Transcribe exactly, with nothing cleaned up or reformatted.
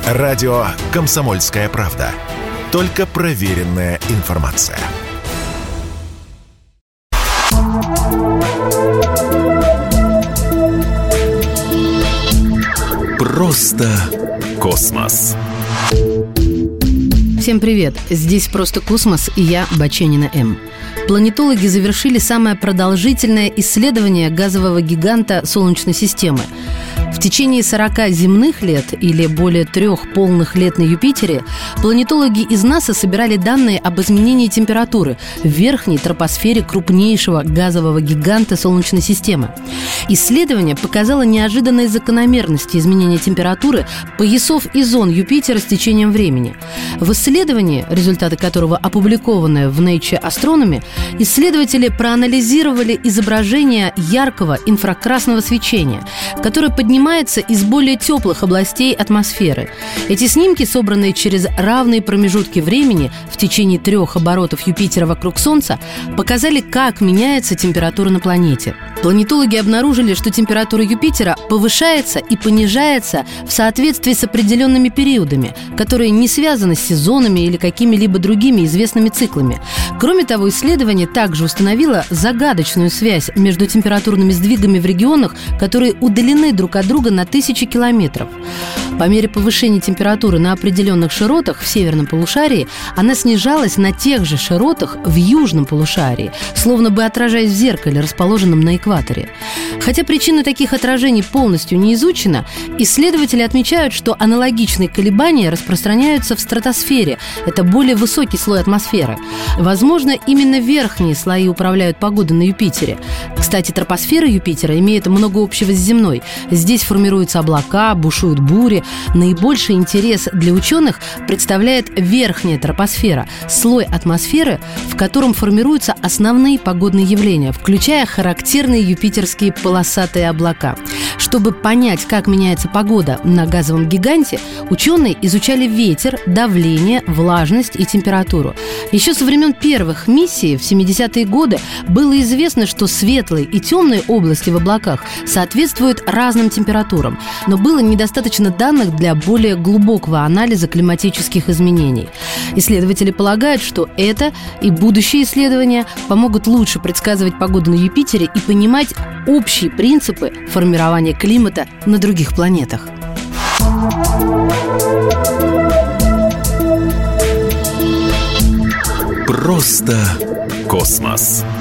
Радио «Комсомольская правда». Только проверенная информация. Просто космос. Всем привет! Здесь «Просто космос» и я, Баченина М. Планетологи завершили самое продолжительное исследование газового гиганта Солнечной системы. В течение сорока земных лет или более трех полных лет на Юпитере планетологи из НАСА собирали данные об изменении температуры в верхней тропосфере крупнейшего газового гиганта Солнечной системы. Исследование показало неожиданные закономерности изменения температуры поясов и зон Юпитера с течением времени. В исследовании, результаты которого опубликованы в Nature Astronomy, исследователи проанализировали изображение яркого инфракрасного свечения, которое поднимается из более теплых областей атмосферы. Эти снимки, собранные через равные промежутки времени в течение трех оборотов Юпитера вокруг Солнца, показали, как меняется температура на планете. Планетологи обнаружили, что температура Юпитера повышается и понижается в соответствии с определенными периодами, которые не связаны с сезонами или какими-либо другими известными циклами. Кроме того, исследование также установило загадочную связь между температурными сдвигами в регионах, которые удалены друг от друга на тысячи километров. По мере повышения температуры на определенных широтах в северном полушарии она снижалась на тех же широтах в южном полушарии, словно бы отражаясь в зеркале, расположенном на экваторе. Хотя причина таких отражений полностью не изучена, исследователи отмечают, что аналогичные колебания распространяются в стратосфере. Это более высокий слой атмосферы. Возможно, именно верхние слои управляют погодой на Юпитере. Кстати, тропосфера Юпитера имеет много общего с земной. Здесь формируются облака, бушуют бури. Наибольший интерес для ученых представляет верхняя тропосфера, слой атмосферы, в котором формируются основные погодные явления, включая характерные юпитерские полосатые облака. Чтобы понять, как меняется погода на газовом гиганте, ученые изучали ветер, давление, влажность и температуру. Еще со времен первых миссий в семидесятые годы было известно, что светлые и темные области в облаках соответствуют разным температурам, но было недостаточно данных для более глубокого анализа климатических изменений. Исследователи полагают, что это и будущие исследования помогут лучше предсказывать погоду на Юпитере и понимать общие принципы формирования климата на других планетах. Просто космос.